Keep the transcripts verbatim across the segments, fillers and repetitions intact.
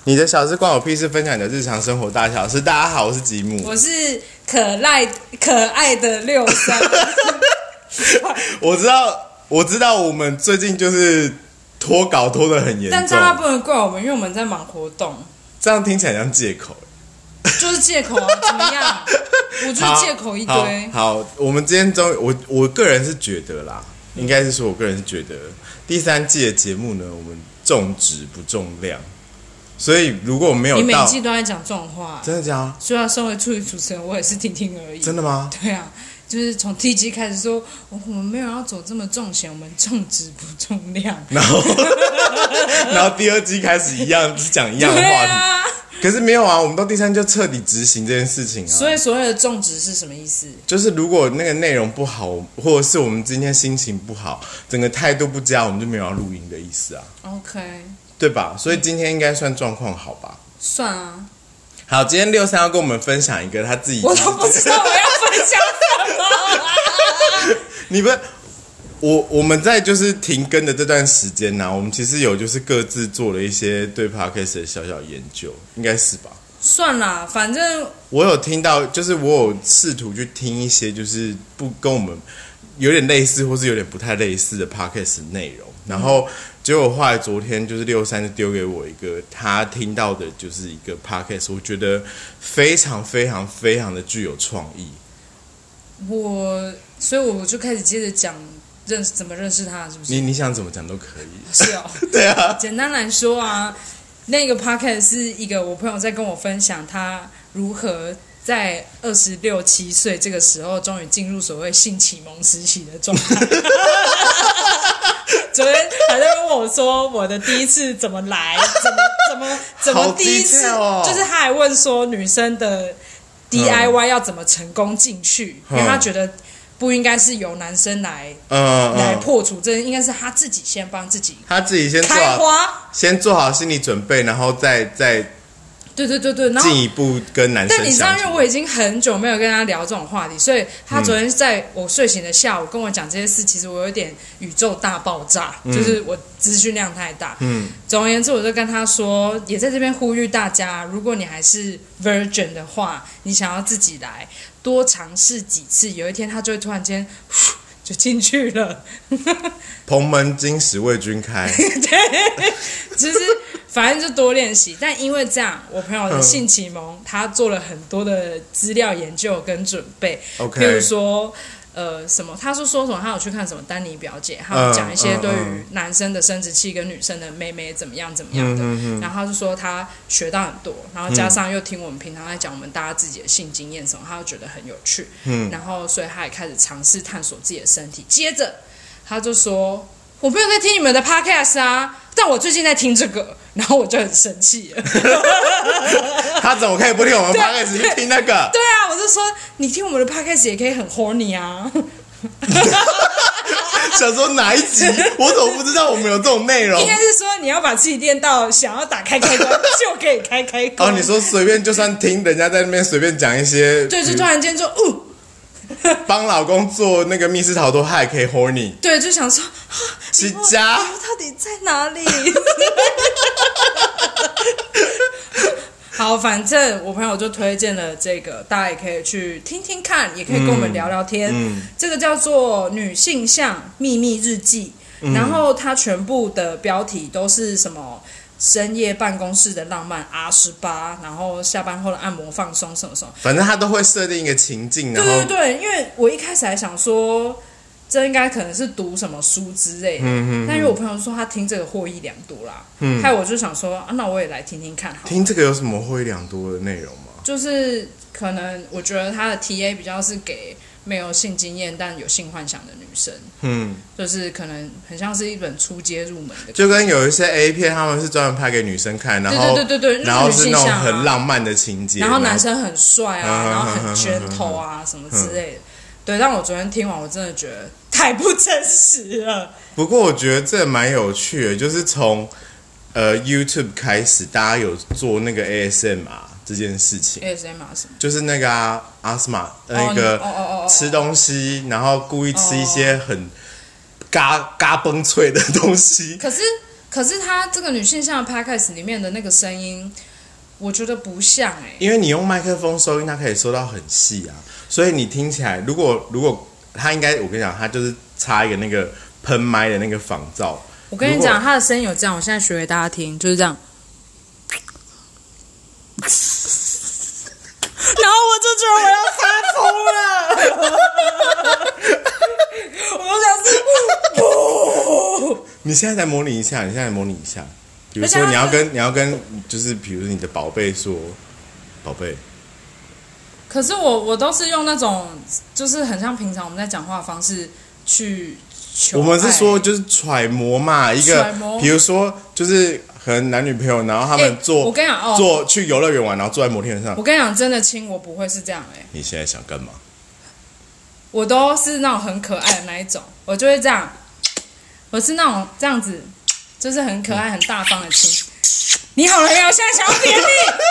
你的小事关我屁事，分享你的日常生活大小事。大家好，我是吉姆， 我是可爱可爱的六三。 我知道，我知道，我们最近就是拖稿拖得很严重， 但大家不能怪我们，因为我们在忙活动。 这样听起来像借口， 就是借口啊，怎么样？我就是借口一堆。 好，好我们今天终于，我我个人是觉得啦，应该是说，我个人是觉得第三季的节目呢，我们重质不重量。所以，如果我没有到， 你每一季都在讲这种话， 真的假？ 虽然身为助理主持人，我也是听听而已。 真的吗？ 对啊，就是从第一季开始说，我们没有要走这么重险，我们重质不重量。 然后，然后第二季开始一样，是讲一样的话题。 啊、 可是没有啊，我们到第三就彻底执行这件事情啊。 所以所谓的重质是什么意思？ 就是如果那个内容不好，或者是我们今天心情不好，整个态度不佳，我们就没有要录音的意思啊。 OK。 对吧？所以今天应该算状况好吧？ 算啊。 好，今天六三要跟我们分享一个他自己， 我都不知道我要分享什么、啊。 你不是我，我们在就是停更的这段时间呢、啊，我们其实有就是各自做了一些对 podcast 的小小研究，应该是吧？ 算啦，反正我有听到，就是我有试图去听一些就是不跟我们有点类似，或是有点不太类似的 podcast 内容，然后。嗯结果后来昨天就是六三就丢给我一个他听到的，就是一个 podcast， 我觉得非常非常非常的具有创意。 我所以我就开始接着讲认识怎么认识他，是不是？ 你你想怎么讲都可以。 是哦， 对啊。 简单来说啊，那个 podcast 是一个我朋友在跟我分享他如何在二十六七岁这个时候，终于进入所谓性启蒙时期的状态。昨天还在问我说我的第一次怎么来，怎么怎么怎么第一次， 哦、 就是他还问说女生的 D I Y 要怎么成功进去，嗯、因为他觉得不应该是由男生来、嗯、来破除，这应该是他自己先帮自己， 他自己先做开花， 先做好心理准备，然后再再。 对对对对，然后进一步跟男生相处。 但你知道，因为我已经很久没有跟他聊这种话题，所以他昨天在我睡醒的下午跟我讲这些事，其实我有点宇宙大爆炸，嗯、就是我资讯量太大。嗯，总而言之，我就跟他说，也在这边呼吁大家，如果你还是 virgin 的话，你想要自己来，多尝试几次，有一天他就会突然间就进去了。 蓬门今始为君开。 对，就是反正就多练习。但因为这样，我朋友的性启蒙，嗯、他做了很多的资料研究跟准备。 Okay. 譬如说，呃，什么？他是说什么？他有去看什么丹尼表姐，他有讲一些对于男生的生殖器跟女生的妹妹怎么样怎么样的。嗯、然后他就说他学到很多，然后加上又听我们平常在讲我们大家自己的性经验什么，他就觉得很有趣。嗯、然后所以他也开始尝试探索自己的身体。接着。他就说：“我没有在听你们的 podcast 啊，但我最近在听这个。”然后我就很生气了。 他怎么可以不听我们 podcast 去听那个？ 对啊，我就说你听我们的 podcast 也可以很 horny 啊。 想说哪一集？我怎么不知道我们有这种内容？ 应该是说你要把自己练到想要打开开关就可以开开关。 哦，你说随便就算听人家在那边随便讲一些， 对，就突然间就哦。 帮老公做那个密室逃脱，他也可以 horny。 对，就想说， 是家到底在哪里？好，反正我朋友就推荐了这个，大家也可以去听听看，也可以跟我们聊聊天。嗯、这个叫做《女性向秘密日记》，嗯、然后它全部的标题都是什么？深夜办公室的浪漫 R 十八，然后下班后的按摩放松什么什么， 反正他都会设定一个情境。然后对对对，因为我一开始还想说，这应该可能是读什么书之类的，嗯嗯嗯但因为我朋友说他听这个获益良多啦，嗯，害我就想说，啊，那我也来听听看好了。 听这个有什么获益良多的内容吗？ 就是可能我觉得他的 T A 比较是给没有性经验但有性幻想的女生，嗯，就是可能很像是一本初阶入门的， 就跟有一些 A 片他们是专门拍给女生看，然后对对对对， 然后是那种很浪漫的情节， 然后男生很帅啊，然后很 gentle 啊什么之类的。对，但我昨天听完，我真的觉得太不真实了。 不过我觉得这蛮有趣的，就是从呃 YouTube 开始，大家有做那个 A S M R。这件事情 ，A S M R 什么？ 就是那个啊，阿斯玛那个吃东西，然后故意吃一些很嘎嘎嘣脆的东西。 可是可是他这个女性向的 podcast 里面的那个声音，我觉得不像哎、欸， 因为你用麦克风收音，它可以收到很细啊，所以你听起来，如果如果它应该，我跟你讲，它就是插一个那个喷麦的那个仿照。 我跟你讲，他的声音有这样，我现在学给大家听，就是这样。然后我就觉得我要发疯了，我就想是不。 你现在再模拟一下，你现在模拟一下，比如说你要跟你要跟就是比如你的宝贝说，宝贝。 可是我我都是用那种就是很像平常我们在讲话的方式去求爱。 我们是说就是揣摩嘛，一个比如说就是可能男女朋友，然后他们坐、欸、 我跟你讲哦， 坐去游乐园玩，然后坐在摩天轮上。 我跟你讲，真的亲我不会是这样哎、欸。 你现在想干嘛？ 我都是那种很可爱的那一种，我就会这样，我是那种这样子，就是很可爱、很大方的亲。你好了没有？现在想要扁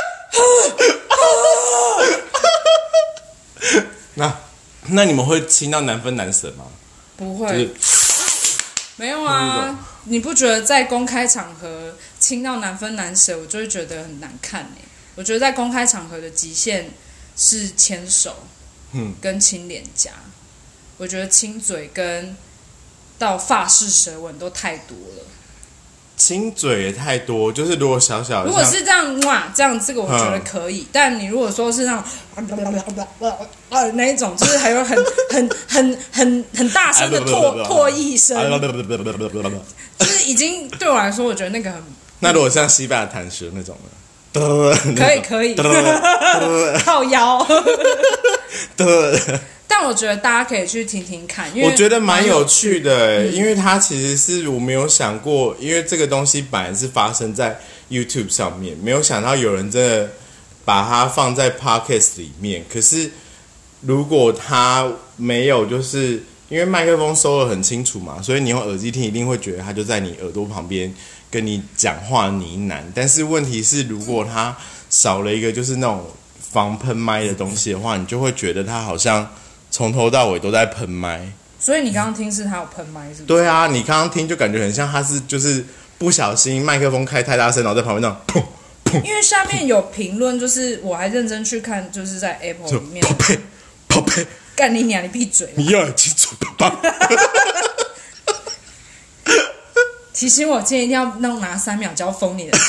你。那那你们会亲到难分难舍吗？ 不会， 就是、 没有啊。你不觉得在公开场合亲到难分难舍，我就会觉得很难看呢、欸？我觉得在公开场合的极限是牵手，嗯，跟亲脸颊。我觉得亲嘴跟到法式舌吻都太多了。 亲嘴也太多，就是如果小小的， 如果是这样哇，这样这个我觉得可以。嗯、但你如果说是那种啊那一种，就是还有很很很很很大声的唾唾液声，就是已经对我来说，我觉得那个很。 那如果像西班牙弹舌那种呢？ 可以可以，靠腰。但我觉得大家可以去听听看，因为我觉得蛮有趣的、嗯，因为它其实是我没有想过，因为这个东西本来是发生在 YouTube 上面，没有想到有人真的把它放在 Podcast 里面。可是如果它没有，就是因为麦克风收得很清楚嘛，所以你用耳机听一定会觉得它就在你耳朵旁边跟你讲话呢喃。但是问题是，如果它少了一个就是那种防喷麦的东西的话，你就会觉得它好像从头到尾都在喷麦。 所以你刚刚听是他有喷麦是不是？ 对啊，你刚刚听就感觉很像他是就是不小心麦克风开太大声，然后在旁边那样砰砰。 因为下面有评论，就是我还认真去看，就是在 Apple 里面。 宝贝，宝贝， 干你娘！你闭嘴！ 你要清楚吧。 提醒我今天一定要弄拿三秒就要封你的。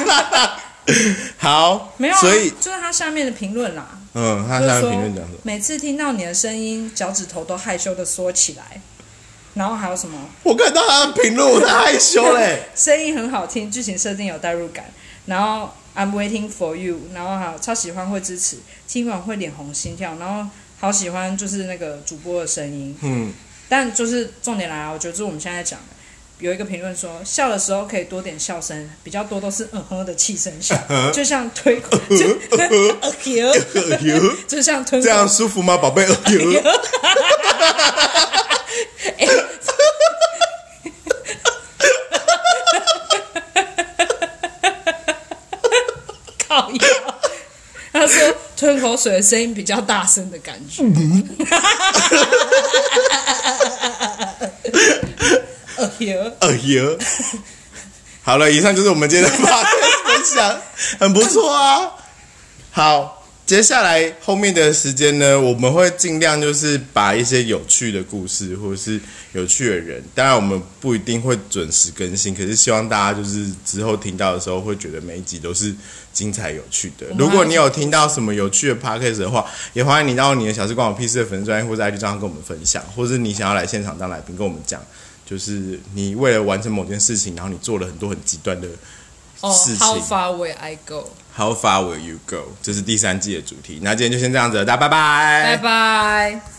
好， 没有、啊， 所以就是他下面的评论啦。 嗯，他下面评论讲什么？ 每次听到你的声音，脚趾头都害羞的缩起来。然后还有什么？ 我看到他的评论，我才害羞嘞。 声音很好听，剧情设定有代入感。然后 I'm waiting for you， 然后还有超喜欢会支持，听完会脸红心跳，然后好喜欢就是那个主播的声音。嗯，但就是重点来了，我觉得就是我们现在讲的。有一个评论说，笑的时候可以多点笑声，比较多都是嗯哼的气声笑，就像推就就像吞口， 这样舒服吗，宝贝？ 靠腰，他说吞口水的声音比较大声的感觉。 哎呦，好了，以上就是我们今天的 podcast 分享，很不错啊。好，接下来后面的时间呢，我们会尽量就是把一些有趣的故事或者是有趣的人，当然我们不一定会准时更新，可是希望大家就是之后听到的时候会觉得每一集都是精彩有趣的。如果你有听到什么有趣的 podcast 的话，也欢迎你到你的小事关我屁事的粉丝专页或者 I G 账号跟我们分享，或者你想要来现场当来宾跟我们讲。就是你为了完成某件事情，然后你做了很多很极端的事情。 Oh, how far will I go? How far will you go? 这是第三季的主题。那今天就先这样子了，大家拜拜， 拜拜。